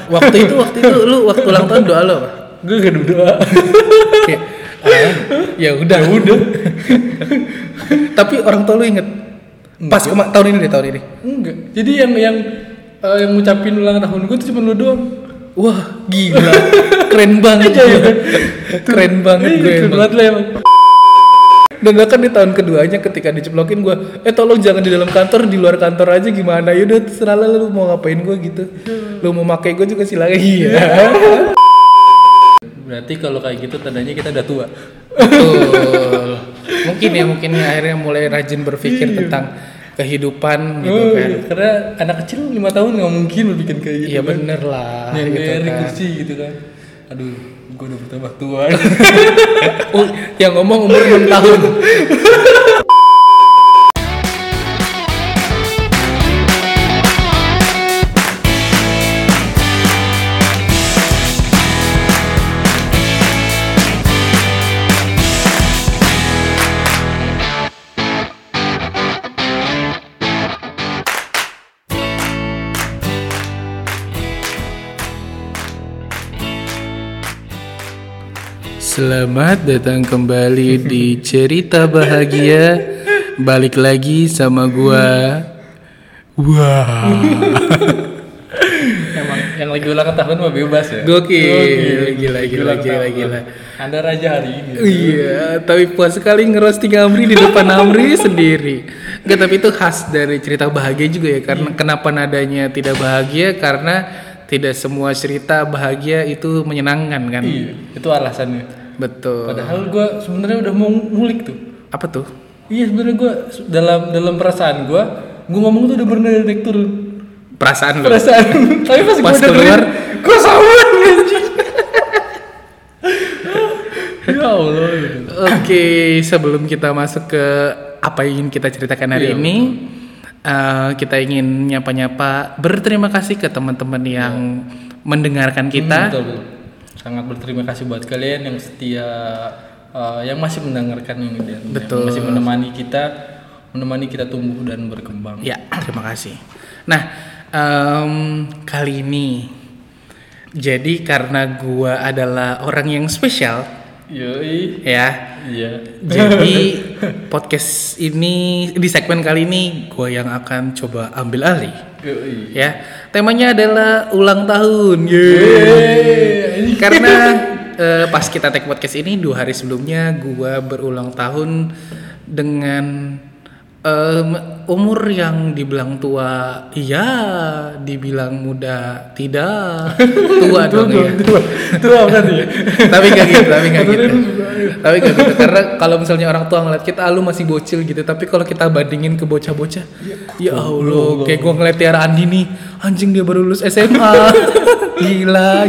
Waktu itu lu waktu ulang tahun doa lo apa? Gue gak ada doa. Ya udah. Tapi orang tua lu inget? Pas tahun ini. Enggak. Jadi yang ngucapin ulang tahun gue tuh cuma lu doang. Wah, gila. Keren banget gue. Keren banget gue emang. Dan bahkan di tahun keduanya ketika diceplokin gue, tolong jangan di dalam kantor, di luar kantor aja gimana. Yaudah terserah lu mau ngapain gue gitu. Lu mau pakai gue juga silakan. Iya. Berarti kalau kayak gitu tandanya kita udah tua. Betul. Mungkin akhirnya mulai rajin berpikir tentang kehidupan gitu kan. Karena anak kecil 5 tahun nggak mungkin lo bikin kayak gitu. Iya bener lah. Nyender di kursi gitu kan. Aduh, gue udah bertambah tua. Yang ngomong umur 6 tahun. Selamat datang kembali di Cerita Bahagia. Balik lagi sama gua. Wah. Emang yang lagi ulang tahun mah bebas ya. Gokil. Gila. Anda raja hari ini. Iya, tapi puas sekali ngerosting Amri di depan Amri sendiri. Enggak, tapi itu khas dari Cerita Bahagia juga ya. Karena kenapa nadanya tidak bahagia? Karena tidak semua cerita bahagia itu menyenangkan kan? Iya, itu alasannya. Betul. Padahal gue sebenarnya udah mau ngulik tuh. Apa tuh? Iya, sebenarnya gue dalam perasaan gue ngomong tuh udah pernah naik turun. Perasaan lo. Tapi pas gue keluar, gue sama anjing. Ya Allah. Oke, sebelum kita masuk ke apa yang ingin kita ceritakan hari ini, kita ingin nyapa-nyapa berterima kasih ke teman-teman yang mendengarkan kita. Betul. Sangat berterima kasih buat kalian yang setia, yang masih mendengarkan ini dan betul. Yang masih menemani kita tumbuh dan berkembang. Ya, terima kasih. Nah, kali ini jadi karena gua adalah orang yang spesial. Yoi. Ya. Iya. Jadi podcast ini di segmen kali ini gue yang akan coba ambil alih. Yoi. Ya, temanya adalah ulang tahun. Yeay. Karena pas kita take podcast ini 2 hari sebelumnya gue berulang tahun dengan umur yang dibilang tua, iya, dibilang muda, tidak, tua dong ya. Tua kan ya. Tapi gak gitu. Karena kalau misalnya orang tua ngeliat kita, lu masih bocil gitu. Tapi kalau kita bandingin ke bocah-bocah, ya Allah, kayak gue ngeliat Tiara Andi nih, anjing dia baru lulus SMA. Gila.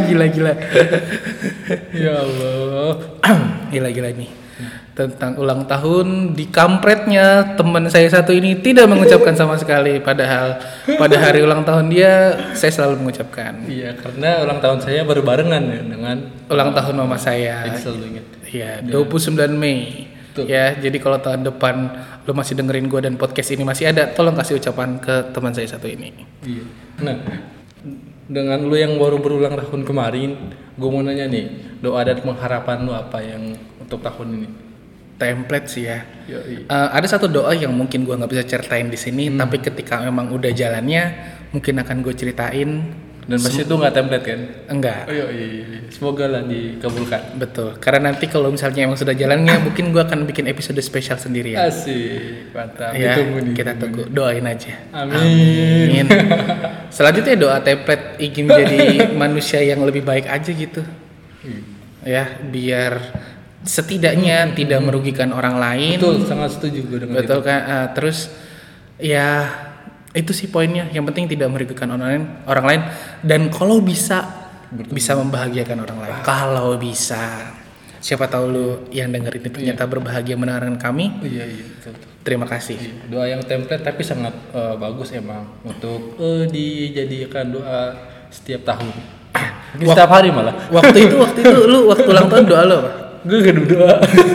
Ya Allah. Gila nih. Tentang ulang tahun, di kampretnya teman saya satu ini tidak mengucapkan sama sekali, padahal pada hari ulang tahun dia saya selalu mengucapkan. Iya, karena ulang tahun saya baru barengan ya dengan ulang tahun mama saya. Selalu ingat. Iya, 29 Mei. Betul. Ya, jadi kalau tahun depan lo masih dengerin gue dan podcast ini masih ada, tolong kasih ucapan ke teman saya satu ini. Iya. Nah, dengan lo yang baru berulang tahun kemarin, gue mau nanya nih, doa dan pengharapan lo apa yang untuk tahun ini? Template sih ya. Ada satu doa yang mungkin gue nggak bisa ceritain di sini, tapi ketika memang udah jalannya, mungkin akan gue ceritain. Dan pasti itu nggak template kan? Enggak. Oh, iya. Semoga lah dikabulkan. Betul. Karena nanti kalau misalnya emang sudah jalannya, mungkin gue akan bikin episode spesial sendiri ya. Asik, mantap. Ya, kita tunggu. Doain aja. Amin. Selanjutnya doa template ingin jadi manusia yang lebih baik aja gitu. Ya, biar setidaknya tidak merugikan orang lain. Betul, sangat setuju gue dengan betul kan. Terus ya itu sih poinnya. Yang penting tidak merugikan orang lain dan kalau bisa membahagiakan orang lain. Kalau bisa. Siapa tahu lu yang dengerin ini ternyata berbahagia mendengarkan kami. Iya, betul. Terima kasih. Doa yang template tapi sangat bagus emang untuk dijadikan doa setiap tahun. Setiap hari malah. Waktu itu lu waktu ulang tahun doa lu apa? Gue gak ada doa.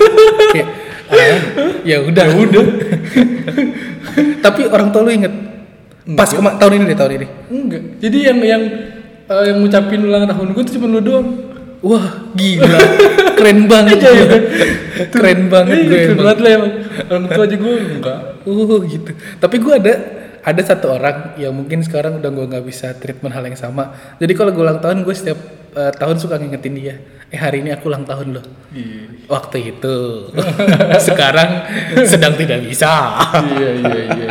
Ya udah. Tapi orang tua lu inget? Pas tahun ini. Enggak. Jadi yang yang ngucapin ulang tahun gue tuh cuma lu doang. Wah, gila. Keren banget ya. Keren banget gue Keren emang. banget lah emang. Orang tua aja gue enggak. Gitu. Tapi gue ada satu orang yang mungkin sekarang udah gue nggak bisa treatment hal yang sama. Jadi kalau gue ulang tahun, gue setiap tahun suka ngingetin dia. Hari ini aku ulang tahun loh. Waktu itu. Sekarang sedang tidak bisa. Iya.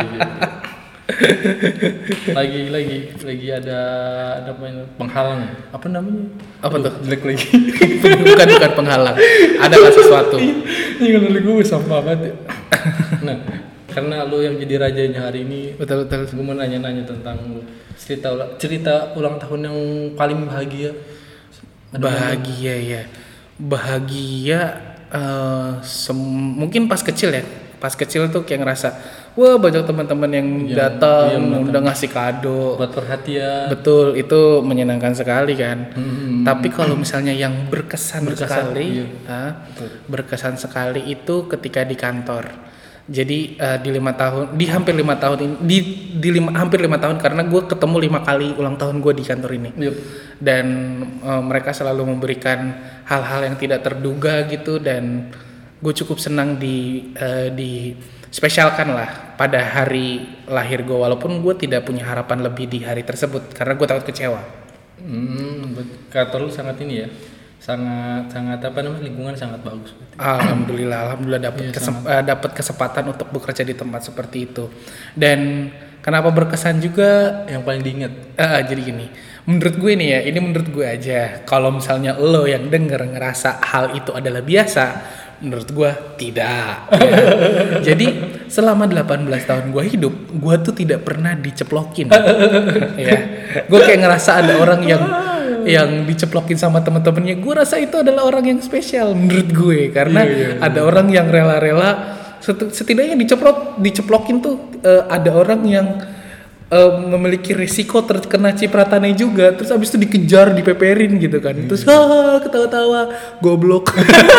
lagi ada apa ini, penghalang. Apa namanya? Apa tuh? Jelek lagi. bukan penghalang. Adalah sesuatu. Ini kan gue sampah banget. Nah, karena lu yang jadi rajanya hari ini, Betul. gue mau nanya lu cerita ulang tahun yang paling bahagia. Bahagia ya. Bahagia mungkin pas kecil ya. Pas kecil tuh kayak ngerasa wah banyak teman-teman yang datang udah ngasih kado buat perhatian. Betul, itu menyenangkan sekali kan. Tapi kalau misalnya yang berkesan sekali, berkesan sekali itu ketika di kantor. Jadi hampir 5 tahun ini, hampir 5 tahun karena gue ketemu 5 kali ulang tahun gue di kantor ini. Dan mereka selalu memberikan hal-hal yang tidak terduga gitu, dan gue cukup senang di spesialkan lah pada hari lahir gue, walaupun gue tidak punya harapan lebih di hari tersebut karena gue takut kecewa. Kantor lu sangat ini ya, sangat apa namanya, lingkungan sangat bagus. Alhamdulillah dapat kesempatan untuk bekerja di tempat seperti itu. Dan kenapa berkesan juga yang paling diingat? Jadi gini, menurut gue nih ya, ini menurut gue aja. Kalau misalnya lo yang denger ngerasa hal itu adalah biasa, menurut gue tidak. Ya. Jadi selama 18 tahun gue hidup, gue tuh tidak pernah diceplokin. Ya, gue kayak ngerasa ada orang yang diceplokin sama teman-temannya. Gue rasa itu adalah orang yang spesial menurut gue, karena ada orang yang rela-rela setidaknya diceplokin tuh. Ada orang yang memiliki risiko terkena cipratannya juga, terus abis itu dikejar, dipeperin gitu kan, terus ketawa-tawa, goblok.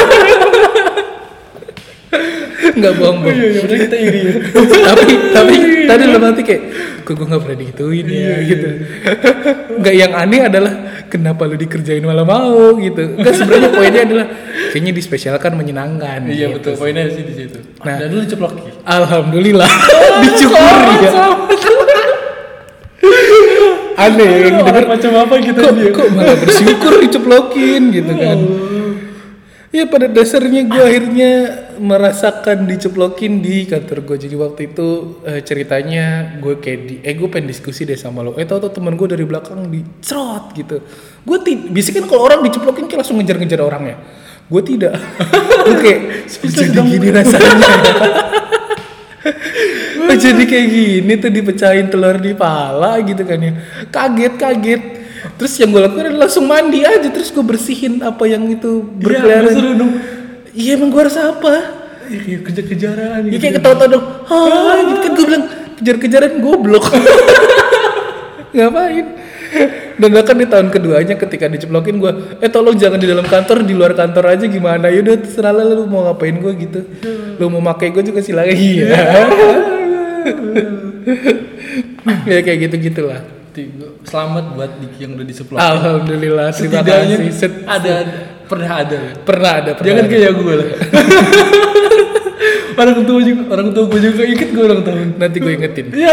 Nggak bohong. Udah kita iri ya. tapi tadi lo nanti kayak gue nggak pernah digituin ya gitu. Nggak, yang aneh adalah kenapa lo dikerjain malah mau gitu. Nggak, sebenarnya poinnya adalah kayaknya dispesialkan menyenangkan. Iya gitu. betul, poinnya sih di situ. Nah, dan dulu diceplokin. Alhamdulillah disyukuri ya. Aneh yang denger macam apa gitu dia. Kok malah bersyukur diceplokin gitu kan. Ya pada dasarnya gue akhirnya merasakan diceplokin di kantor gue. Jadi waktu itu ceritanya gue kayak gue pengen diskusi deh sama lo. Tau temen gue dari belakang dicerot gitu. Gue biasanya kan kalau orang diceplokin kayak langsung ngejar-ngejar orangnya. Gue tidak. Gue kayak jadi gini rasanya. Jadi kayak gini tuh dipecahin telur di pala gitu kan ya. Kaget. Terus yang gue lakukan adalah langsung mandi aja, terus gue bersihin apa yang itu berkeliaran. Iya emang gue harus apa? Iya kejar-kejaran. Iya kayak ketawa-tawa dong. Gitu kan gue bilang kejar-kejaran goblok. Ngapain? Dan bahkan di tahun keduanya ketika diceplokin gue, tolong jangan di dalam kantor, di luar kantor aja gimana? Yaudah terserah lu mau ngapain gue gitu. Lu mau pakai gue juga silakan. Iya. Ya kayak gitu-gitulah. Selamat buat Diki yang udah diceplokin. Alhamdulillah, terima kasih. Pernah ada. ada. Jangan kayak gue lah. orang tua gue juga ikut gue ulang tahun. Nanti gue ingetin. Iya.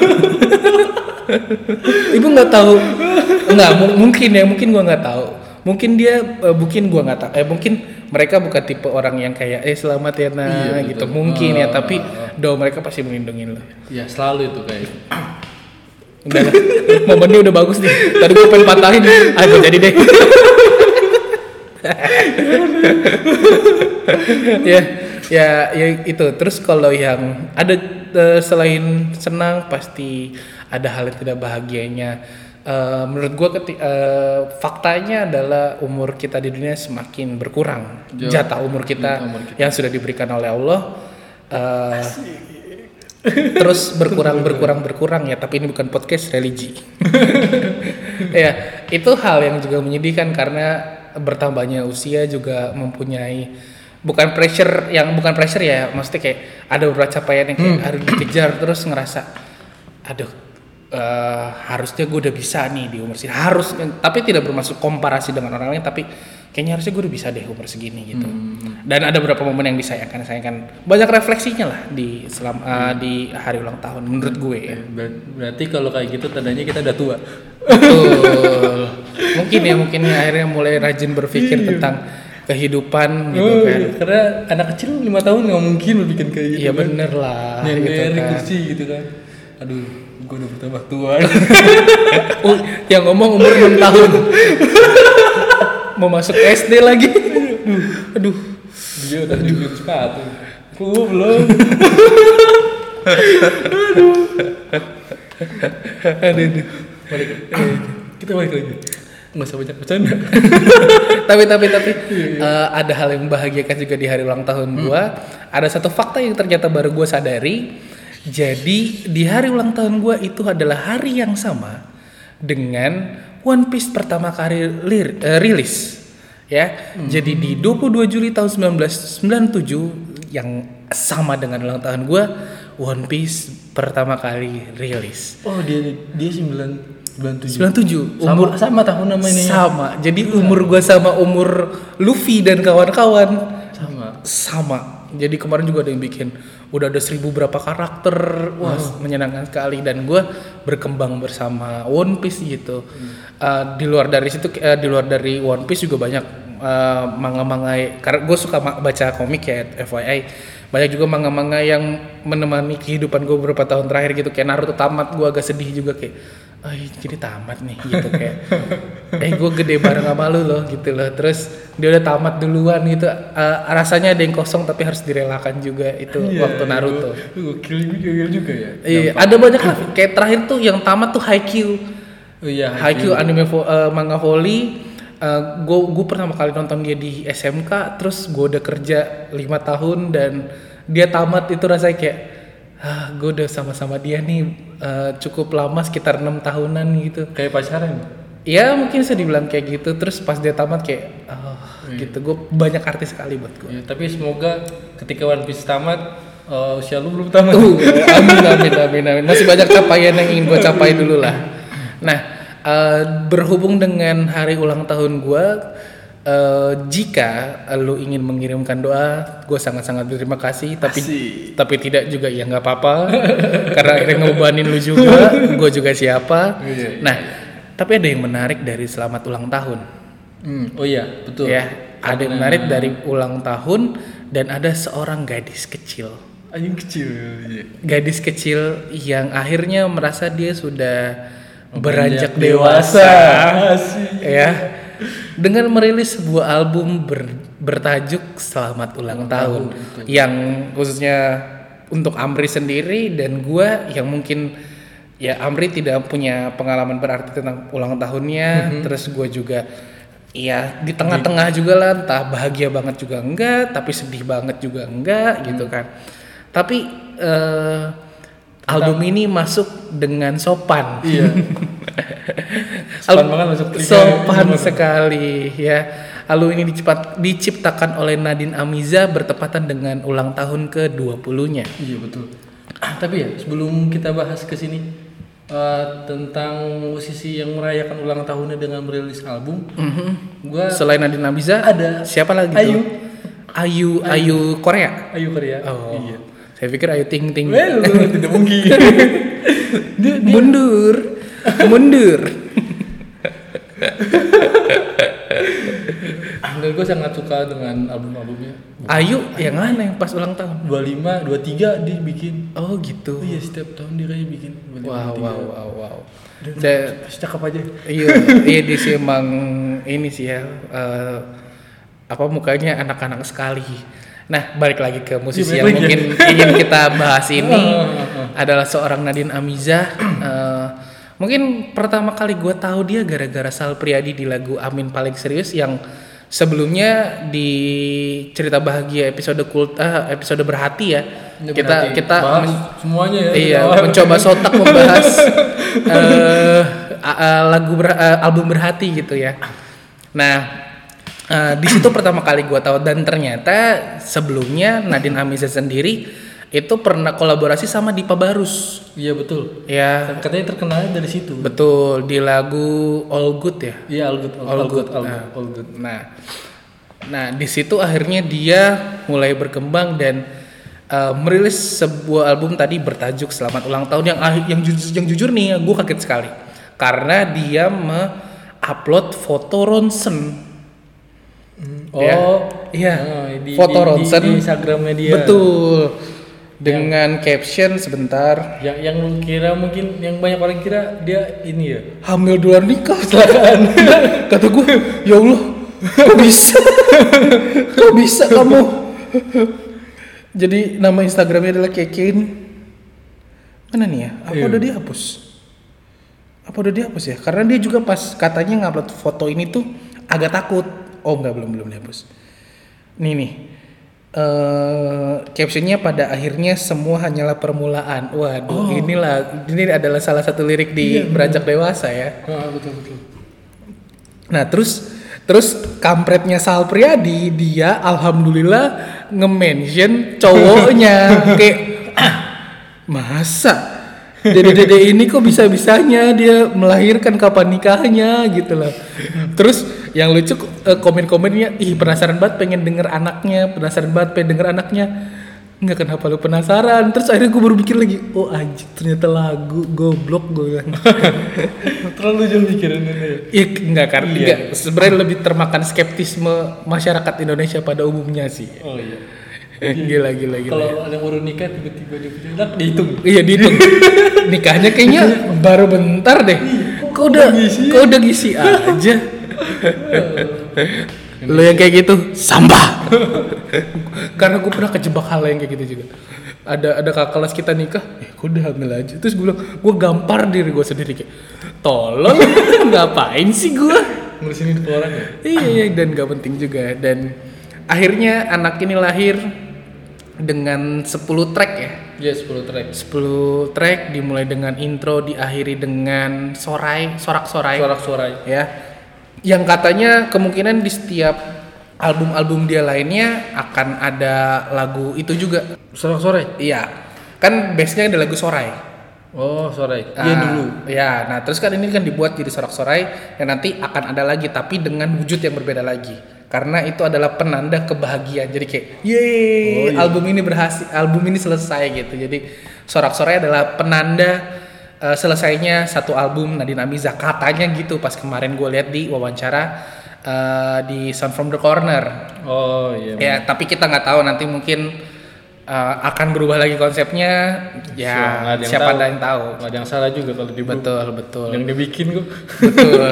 Ibu nggak tahu. Nggak, mungkin gue nggak tahu. Mungkin gue nggak tahu. Mungkin mereka bukan tipe orang yang kayak selamat ya nah gitu. Mungkin ya, tapi doa mereka pasti melindungi lo. Iya, selalu itu kayak. Udah lah, momennya udah bagus nih. Tadi gue pengen patahin, gak jadi deh. ya itu. Terus kalau yang ada selain senang pasti ada hal yang tidak bahagianya. Menurut gue faktanya adalah umur kita di dunia semakin berkurang. Jatah umur kita yang sudah diberikan oleh Allah. Terus berkurang ya, tapi ini bukan podcast religi. Ya, itu hal yang juga menyedihkan karena bertambahnya usia juga mempunyai bukan pressure ya, maksudnya kayak ada beberapa capaian yang kayak harus dikejar, terus ngerasa aduh harusnya gue udah bisa nih di umur segini, harus, tapi tidak bermaksud komparasi dengan orang lain, tapi kayaknya harusnya gue udah bisa deh umur segini gitu. Dan ada beberapa momen yang disayangkan, banyak refleksinya lah di di hari ulang tahun menurut gue ya. Berarti kalau kayak gitu tandanya kita udah tua. Betul. mungkin akhirnya mulai rajin berpikir tentang kehidupan gitu kan. Karena anak kecil 5 tahun nggak mungkin bikin kayak gitu. Iya bener lah. Nyender gitu di kan. kursi gitu kan. Aduh, gue udah bertambah tua. Oh, yang ngomong umur 6 tahun. Mau masuk SD lagi. Aduh. Dia udah beli sepatu. Aku belum. Aduh. Kita balik lagi. Nggak usah banyak bercanda. tapi ada hal yang membahagiakan juga di hari ulang tahun gua. Ada satu fakta yang ternyata baru gua sadari. Jadi di hari ulang tahun gua itu adalah hari yang sama dengan One Piece pertama kali rilis. Ya. Jadi di 22 Juli tahun 1997 yang sama dengan ulang tahun gua, One Piece pertama kali rilis. Oh, dia 97 umur sama tahun nama ini sama. Jadi umur gua sama umur Luffy dan kawan-kawan sama. Jadi kemarin juga ada yang bikin udah ada 1000 berapa karakter. Wah, menyenangkan sekali dan gua berkembang bersama One Piece gitu. Di luar dari One Piece juga banyak manga-manga, karena gue suka baca komik ya, FYI. Banyak juga manga-manga yang menemani kehidupan gue beberapa tahun terakhir gitu. Kayak Naruto tamat, gue agak sedih juga kayak, jadi tamat nih gitu kayak. Gue gede bareng sama lu loh gitu loh. Terus dia udah tamat duluan gitu. Rasanya ada yang kosong tapi harus direlakan juga itu waktu Naruto. Gokil juga ya. Iya, ada banyak lah. Kayak terakhir tuh yang tamat tuh Haikyuu. Oh iya, Haikyuu anime manga volley. Gue pertama kali nonton dia di SMK, terus gue udah kerja 5 tahun dan dia tamat itu rasanya kayak gue udah sama-sama dia nih cukup lama, sekitar 6 tahunan gitu. Kayak pacaran? Ya mungkin bisa dibilang kayak gitu. Terus pas dia tamat kayak gitu, gue banyak arti sekali buat gue. Ya, tapi semoga ketika One Piece tamat usia lu belum tamat. Amin. Masih banyak capaian yang ingin gue capai dulu lah. Nah, berhubung dengan hari ulang tahun gue, jika lu ingin mengirimkan doa, gue sangat-sangat berterima kasih. Tapi tidak juga ya nggak apa-apa, karena akhirnya ngebebanin lu juga. Gue juga siapa. Nah, tapi ada yang menarik dari selamat ulang tahun. Oh iya, betul. Ya, ada yang menarik dari ulang tahun dan ada seorang gadis kecil. Gadis kecil yang akhirnya merasa dia sudah beranjak dewasa, ya, dengan merilis sebuah album bertajuk Selamat Ulang Tahun, yang khususnya untuk Amri sendiri dan gue yang mungkin ya Amri tidak punya pengalaman berarti tentang ulang tahunnya, terus gue juga ya di tengah-tengah juga lah, entah bahagia banget juga enggak, tapi sedih banget juga enggak gitu kan, tapi album ini masuk dengan sopan. Iya. Sopan sekali ya. Album ini diciptakan oleh Nadine Amiza bertepatan dengan ulang tahun ke-20-nya. Iya betul. Tapi ya sebelum kita bahas ke sini tentang musisi yang merayakan ulang tahunnya dengan merilis album, gua selain Nadine Amiza ada siapa lagi? Ayu Korea. Ayu Korea. Oh. Iya. Saya pikir Ayu Ting Ting. Tidak mungkin. Mundur. Dan gue sangat suka dengan album-albumnya. Ayu yang mana yang pas ulang tahun? 25, 23 dia bikin. Oh gitu. Iya, setiap tahun dia kayak bikin. 25, Wow. Saya cakep aja. Iya dia sih emang ini sih ya. Mukanya anak-anak sekali. Nah, balik lagi ke musisi yang mungkin ingin kita bahas ini adalah seorang Nadine Amiza. Mungkin pertama kali gue tahu dia gara-gara Sal Priadi di lagu Amin Paling Serius, yang sebelumnya di Cerita Bahagia episode Berhati ya. Kita semuanya ya. Iya, mencoba sotak membahas album Berhati gitu ya. Nah, di situ pertama kali gue tahu, dan ternyata sebelumnya Nadine Amiza sendiri itu pernah kolaborasi sama Dipa Barus. Iya betul. Ya, Katanya terkenalnya dari situ. betul, di lagu All Good ya. Iya All Good. All Good. Nah, di situ akhirnya dia mulai berkembang dan merilis sebuah album tadi bertajuk Selamat Ulang Tahun yang jujur nih gue kaget sekali karena dia upload foto ronsen. Foto ronsen di Instagramnya dia. Betul. Dengan caption sebentar. Yang lu kira mungkin yang banyak orang kira dia ini ya. Hamil di luar nikah kecelakaan. Kata gue, ya Allah, kok bisa? Kok bisa kamu? Jadi nama Instagramnya adalah Kekein. Mana nih ya? Apa udah dihapus ya? Karena dia juga pas katanya ngupload foto ini tuh agak takut. Oh enggak, belum dihapus. Nih. Captionnya pada akhirnya semua hanyalah permulaan. Waduh, ini adalah salah satu lirik di Beranjak Dewasa ya. Betul. Nah terus kampretnya Sal Priadi dia alhamdulillah nge-mention cowoknya kayak masa dede ini kok bisa-bisanya dia melahirkan kapan nikahnya gitu loh. Terus yang lucu komen-komennya, penasaran banget pengen denger anaknya. Enggak, kenapa lu penasaran? Terus akhirnya gue baru mikir lagi, oh anjing ternyata lagu, goblok gue bilang. Terlalu jauh mikirin ini. Iya enggak, karena sebenarnya lebih termakan skeptisme masyarakat Indonesia pada umumnya sih. Oh iya. Gila. Kalau ada yang baru nikah tiba-tiba dia dihitung. Iya dihitung. Nikahnya kayaknya baru bentar deh. Kok udah ngisi aja. Lo yang kayak gitu sampah. Karena gue pernah kejebak hal yang kayak gitu juga. Ada kakak kelas kita nikah, gue udah hamil aja. Terus gue bilang, gue gampar diri gue sendiri kayak, tolong, ngapain sih gue? Ngurusin hidup orang ya? Iya, dan gak penting juga. Dan akhirnya anak ini lahir dengan 10 track ya. Iya, 10 track. 10 track dimulai dengan intro, diakhiri dengan sorak-sorai. Ya. Yang katanya kemungkinan di setiap album-album dia lainnya akan ada lagu itu juga. Sorak-sorai? Iya. Kan base-nya ada lagu sorai. Oh, sorai. Iya dulu. Ya, nah terus kan ini kan dibuat jadi sorak-sorai yang nanti akan ada lagi tapi dengan wujud yang berbeda lagi. Karena itu adalah penanda kebahagiaan. Jadi kayak, yeay, album ini berhasil, album ini selesai gitu. Jadi sorak-sorai adalah penanda selesainya satu album Nadine Amiza, katanya gitu pas kemarin gue lihat di wawancara di Sound from the Corner. Oh iya. Ya tapi kita nggak tahu nanti mungkin akan berubah lagi konsepnya. Ya siapa ada yang tahu. Nggak ada yang salah juga kalau dibuat. Betul. Yang dibikin kok. Betul.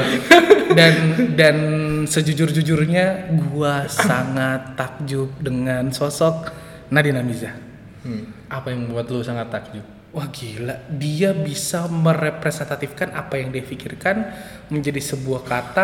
Dan sejujur-jujurnya gue sangat takjub dengan sosok Nadine Amiza. Apa yang membuat lu sangat takjub? Wah gila, dia bisa merepresentatifkan apa yang dia pikirkan menjadi sebuah kata,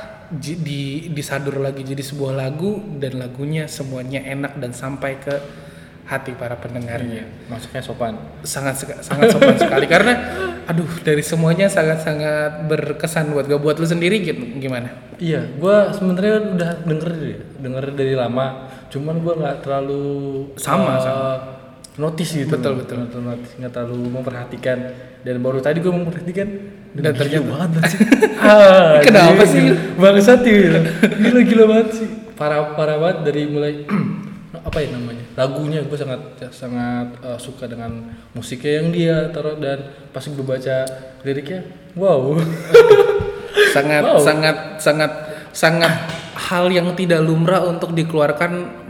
disadur lagi jadi sebuah lagu, dan lagunya semuanya enak dan sampai ke hati para pendengarnya. Maksudnya sopan. Sangat sopan sekali karena aduh dari semuanya sangat berkesan buat lu sendiri gitu. Gimana? Iya, gua sebenarnya udah denger dari lama, cuman gua nggak terlalu sama notice gitu. Betul. Nggak terlalu memperhatikan, dan baru tadi gue memperhatikan dan ternyata banget sih. Kenapa sih bangsat ya? Gila banget sih, parah banget dari mulai apa ya namanya, lagunya gue sangat suka dengan musiknya yang dia taruh, dan pas gue baca liriknya sangat hal yang tidak lumrah untuk dikeluarkan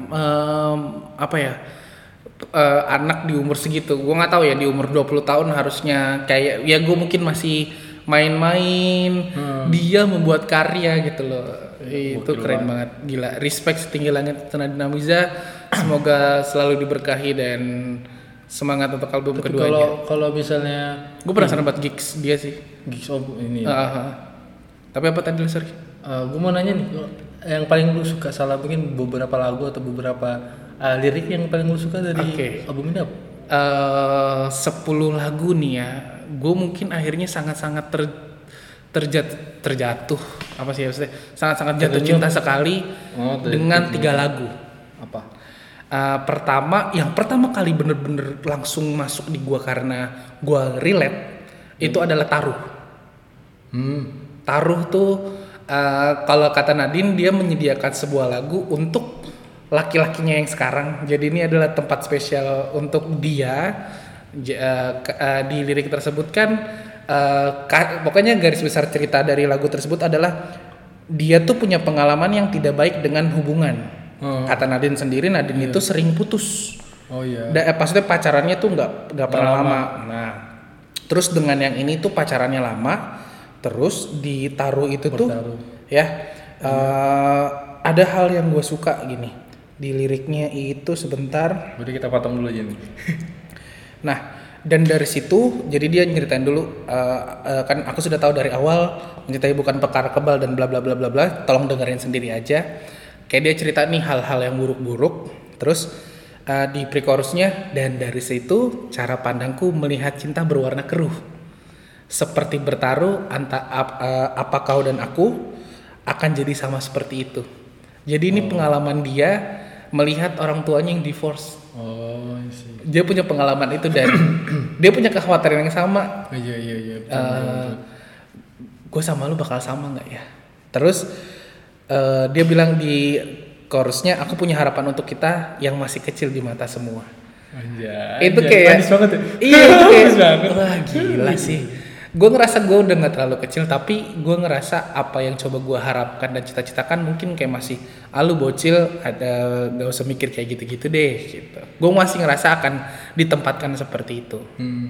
anak di umur segitu. Gue nggak tahu ya, di umur 20 tahun harusnya kayak ya gue mungkin masih main-main, dia membuat karya gitu loh. Itu keren banget, gila. Respect setinggi langit Nadine Amiza. Semoga selalu diberkahi dan semangat untuk album keduanya. Kalau misalnya gue penasaran buat gigs dia sih. Gigs ini. Tapi apa tadi sorry? Gue mau nanya nih, yang paling lu suka salah mungkin beberapa lagu atau beberapa lirik yang paling lu suka dari album ini apa? 10 lagu nih ya. Gue mungkin akhirnya sangat-sangat terjatuh apa sih maksudnya? Sangat-sangat jatuh cinta sekali dengan 3 lagu. Apa? Yang pertama kali bener-bener langsung masuk di gua karena gua relate itu adalah Taruh. Taruh tuh kalau kata Nadine dia menyediakan sebuah lagu untuk laki-lakinya yang sekarang. Jadi ini adalah tempat spesial untuk dia. Di lirik tersebut kan pokoknya garis besar cerita dari lagu tersebut adalah dia tuh punya pengalaman yang tidak baik dengan hubungan. Kata Nadine sendiri, Nadine itu sering putus. Oh iya. Maksudnya pacarannya tuh nggak pernah lama. Nah, terus dengan yang ini tuh pacarannya lama, terus ditaruh itu tuh, ya ada hal yang gue suka gini di liriknya itu sebentar. Berarti kita potong dulu aja nih. Nah, dan dari situ jadi dia nyeritain dulu kan aku sudah tahu dari awal mencintai bukan perkara kebal dan bla bla bla bla bla. Tolong dengerin sendiri aja. Kayak dia cerita nih hal-hal yang buruk-buruk. Terus di pre-chorusnya, dan dari situ cara pandangku melihat cinta berwarna keruh. Seperti bertaruh apa kau dan aku akan jadi sama seperti itu. Jadi ini pengalaman dia melihat orang tuanya yang divorce. Oh, sih. Dia punya pengalaman itu dan dia punya kekhawatiran yang sama. Iya. Gue sama lu bakal sama nggak ya? Terus dia bilang di chorusnya, aku punya harapan untuk kita yang masih kecil di mata semua. Itu kayak manis banget ya? Iya, itu kayak banget. Wah gila sih. Gue ngerasa gue udah gak terlalu kecil, tapi gue ngerasa apa yang coba gue harapkan dan cita-citakan mungkin kayak masih lu bocil, gak usah mikir kayak gitu-gitu deh gitu. Gue masih ngerasa akan ditempatkan seperti itu.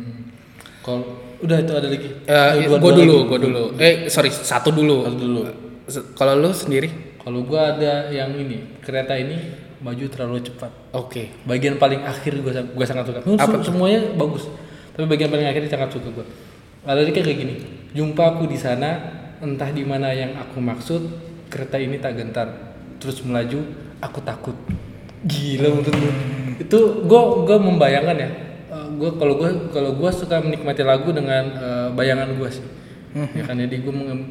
Kalau udah itu ada lagi. Gue dulu. Satu dulu. Kalau lu sendiri? Kalau gue ada yang ini, kereta ini maju terlalu cepat. Oke. Bagian paling akhir gue sangat suka. Semuanya bagus, tapi bagian paling akhir sangat suka gue. Ada kayak gini, jumpa aku di sana, entah di mana yang aku maksud, kereta ini tak gentar, terus melaju, aku takut. Gila menurut gue. Itu gue membayangkan ya. Kalau gue suka menikmati lagu dengan bayangan gue sih. Ya kan, jadi gue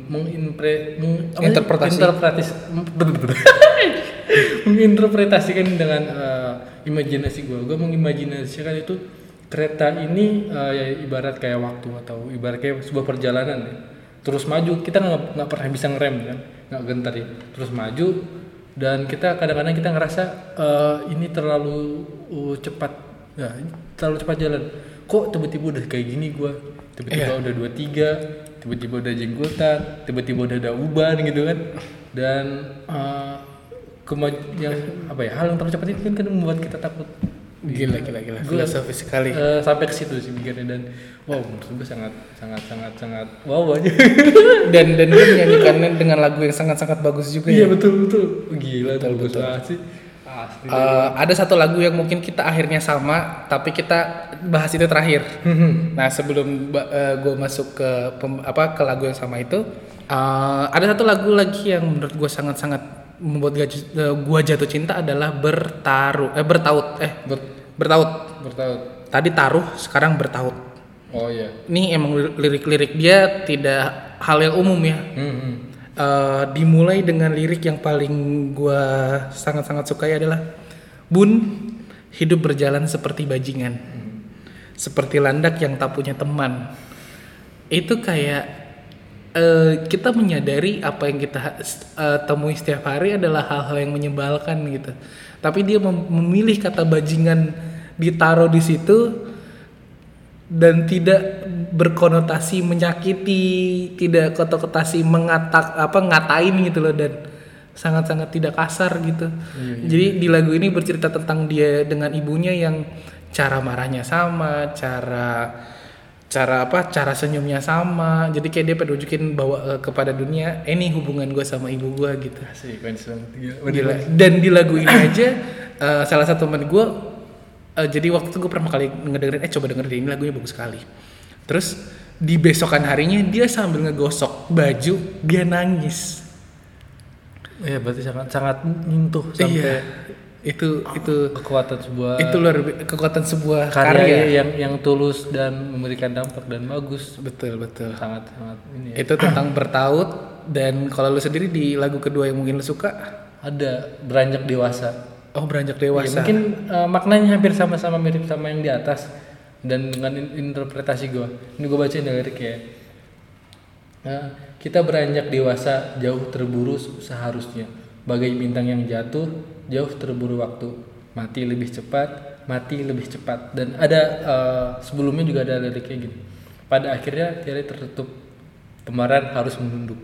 menginterpretasikan dengan imajinasi gue. Gue mengimajinasikan itu kereta ini ya ibarat kayak waktu atau ibarat kayak sebuah perjalanan ya. Terus maju, kita nggak pernah bisa ngerem kan, nggak gentar ya. Terus maju dan kita kadang-kadang kita ngerasa ini terlalu cepat, ya terlalu cepat jalan. Kok tiba-tiba udah kayak gini gue, tiba-tiba udah 23, tiba-tiba udah jenggotan, tiba-tiba udah ada uban gitu kan. Dan hal yang terlalu cepat itu kan membuat kita takut. Gila. Filosofis sekali. Sampai ke situ sih mikirnya, dan wow, menurut gue sangat wow aja. dan dia menyanyikannya dengan lagu yang sangat bagus juga. Iya, betul. Gila, bagus banget sih. Asli. Ada satu lagu yang mungkin kita akhirnya sama, tapi kita bahas itu terakhir. Nah, sebelum gue masuk ke lagu yang sama itu, ada satu lagu lagi yang menurut gue sangat membuat gue jatuh cinta adalah Bertaut. Tadi Taruh, sekarang Bertaut. Oh iya. Ini emang lirik-lirik dia tidak hal yang umum ya. Dimulai dengan lirik yang paling gue sangat sukai adalah, Bun, hidup berjalan seperti bajingan, seperti landak yang tak punya teman. Itu kayak kita menyadari apa yang kita temui setiap hari adalah hal-hal yang menyebalkan gitu. Tapi dia memilih kata bajingan ditaruh di situ dan tidak berkonotasi menyakiti, tidak konotasi ngatain gitu loh, dan sangat tidak kasar gitu. Jadi di lagu ini bercerita tentang dia dengan ibunya yang cara marahnya sama, cara senyumnya sama. Jadi kayak dia penunjukin bahwa kepada dunia, ini hubungan gue sama ibu gue gitu. Asik, gila. Dan di lagu ini aja salah satu teman gue, jadi waktu itu gue pertama kali ngedengerin, coba dengerin ini, lagunya bagus sekali. Terus di besokan harinya dia sambil ngegosok baju, dia nangis. Iya, berarti sangat nyentuh sampai. Itu kekuatan sebuah, itu kekuatan sebuah karya yang tulus dan memberikan dampak dan bagus. Betul sangat ini ya. Itu tentang bertaut. Dan kalau lu sendiri di lagu kedua yang mungkin lu suka, ada Beranjak Dewasa. Oh, beranjak Ya, dewasa. mungkin maknanya hampir sama-sama mirip sama yang di atas dan dengan interpretasi gue. Ini gue bacain lirik ya. Kita beranjak dewasa jauh terburu seharusnya. Bagai bintang yang jatuh jauh terburu waktu. Mati lebih cepat, mati lebih cepat. Dan ada sebelumnya juga ada liriknya gini. Pada akhirnya tirai tertutup. Kemarahan harus menunduk.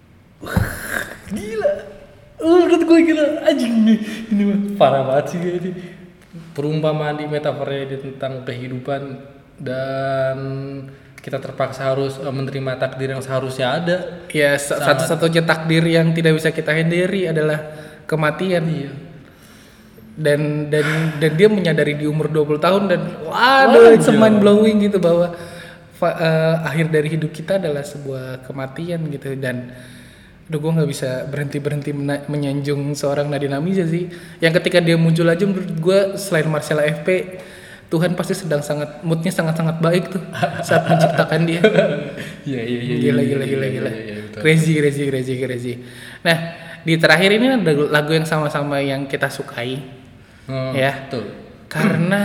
Gila. Menurut gue gila anjing nih. Ini mah parah banget sih ini. Perumpamaan di metafornya tentang kehidupan dan kita terpaksa harus menerima takdir yang seharusnya ada. Ya, satu-satunya takdir yang tidak bisa kita hindari adalah kematian. Iya. Dan dia menyadari di umur 20 tahun dan waduh, it's mind blowing gitu bahwa akhir dari hidup kita adalah sebuah kematian gitu. Dan gue nggak bisa berhenti menyanjung seorang Nadine Amiza sih, yang ketika dia muncul aja menurut gue selain Marcella FP, Tuhan pasti moodnya sangat baik tuh saat menciptakan dia. Iya. Gila. Crazy. Nah, di terakhir ini ada lagu yang sama-sama yang kita sukai. Ya. Betul. Karena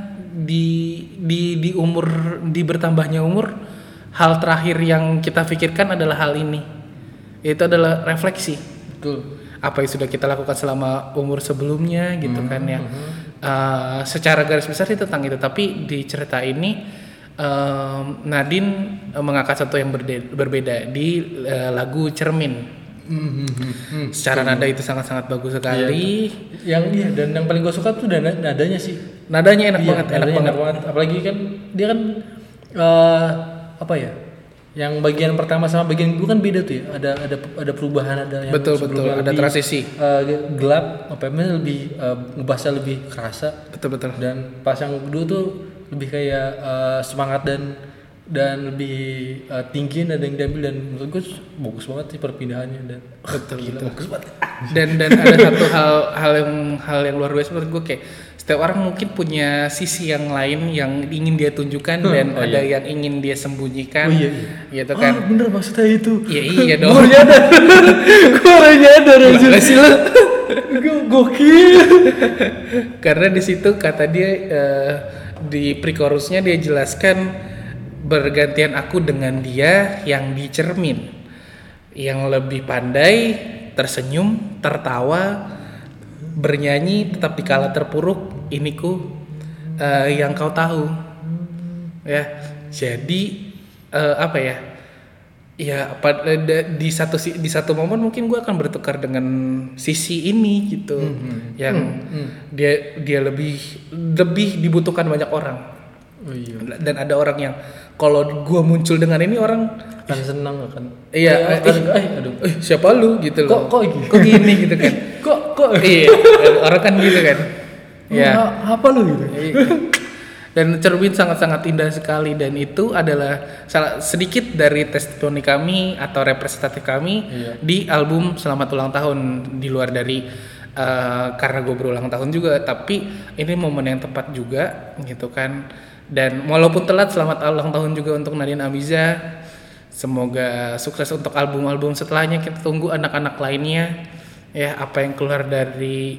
di umur, di bertambahnya umur, hal terakhir yang kita pikirkan adalah hal ini. Itu adalah refleksi. Betul. Apa yang sudah kita lakukan selama umur sebelumnya gitu kan ya. Secara garis besar sih tentang itu, tapi di cerita ini Nadine mengangkat satu yang berbeda di lagu Cermin. Secara nada itu sangat bagus sekali. Dan yang paling gue suka tuh nadanya sih. Nadanya enak banget. Apalagi kan dia kan apa ya? Yang bagian pertama sama bagian kedua kan beda tuh ya. Ada perubahan, ada yang betul ada transisi. Gelap, lebih ngebahasnya lebih kerasa. Betul. Dan pas yang kedua tuh lebih kayak semangat dan lebih tinggi ada yang diambil, dan menurut gue bagus banget sih perpindahannya dan betul. bagus banget. Dan ada satu hal yang luar biasa menurut gue, kayak setiap orang mungkin punya sisi yang lain yang ingin dia tunjukkan dan ada yang ingin dia sembunyikan. Gitu kan. Bener maksudnya itu. Iya dong. Gue nyadar aja. Makasih lo. Gokil. Karena di situ kata dia di pre-chorusnya dia jelaskan, bergantian aku dengan dia yang di cermin, yang lebih pandai tersenyum, tertawa, bernyanyi tetap dikala terpuruk, iniku yang kau tahu. Ya, jadi apa ya? Ya, di satu momen mungkin gue akan bertukar dengan sisi ini gitu, yang dia lebih dibutuhkan banyak orang. Dan ada orang yang kalau gue muncul dengan ini orang akan senang akan. Iya, siapa lu gitu loh. Kok gini gitu kan? kok iya, orang kan gitu kan. Ya. Apa lu gitu? Dan Cermin sangat indah sekali, dan itu adalah sedikit dari testimoni kami atau representatif kami di album Selamat Ulang Tahun, di luar dari karena gue berulang tahun juga, tapi ini momen yang tepat juga gitu kan. Dan walaupun telat, selamat ulang tahun juga untuk Nadine Amiza. Semoga sukses untuk album-album setelahnya. Kita tunggu anak-anak lainnya ya, apa yang keluar dari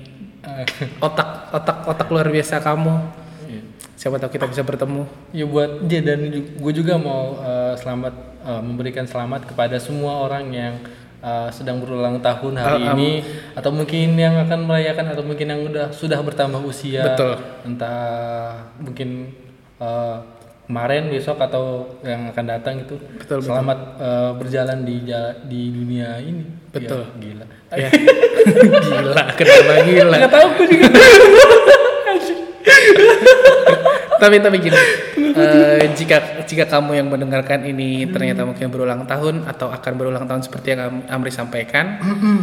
otak luar biasa kamu. Siapa tahu kita bisa bertemu. Ya buat dia, dan gue juga mau memberikan selamat kepada semua orang yang sedang berulang tahun hari ini, atau mungkin yang akan merayakan, atau mungkin yang sudah bertambah usia. Betul. Entah mungkin kemarin, besok, atau yang akan datang itu. Betul. Selamat berjalan di dunia ini. Betul. Ya, gila. Ya. Gila, kenapa gila? Nggak tahu gue juga. tapi gini, jika kamu yang mendengarkan ini ternyata mungkin berulang tahun atau akan berulang tahun seperti yang Amri sampaikan,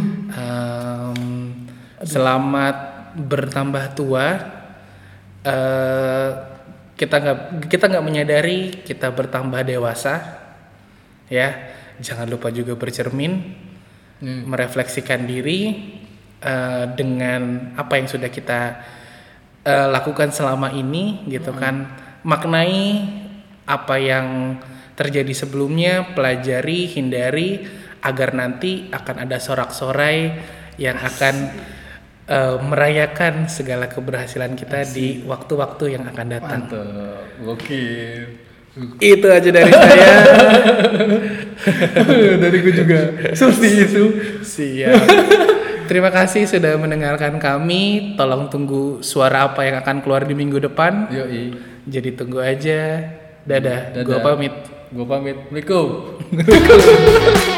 selamat bertambah tua. Kita nggak menyadari kita bertambah dewasa, ya. Jangan lupa juga bercermin, merefleksikan diri dengan apa yang sudah kita lakukan selama ini gitu kan. Maknai apa yang terjadi sebelumnya, pelajari, hindari, agar nanti akan ada sorak-sorai yang akan merayakan segala keberhasilan kita di waktu-waktu yang akan datang. Mantap, gokil. Itu aja dari saya. Dariku juga seperti itu. Siap. Terima kasih sudah mendengarkan kami. Tolong tunggu suara apa yang akan keluar di minggu depan. Yoi. Jadi tunggu aja. Dadah. Dadah. Gua pamit. Gua pamit. Assalamualaikum.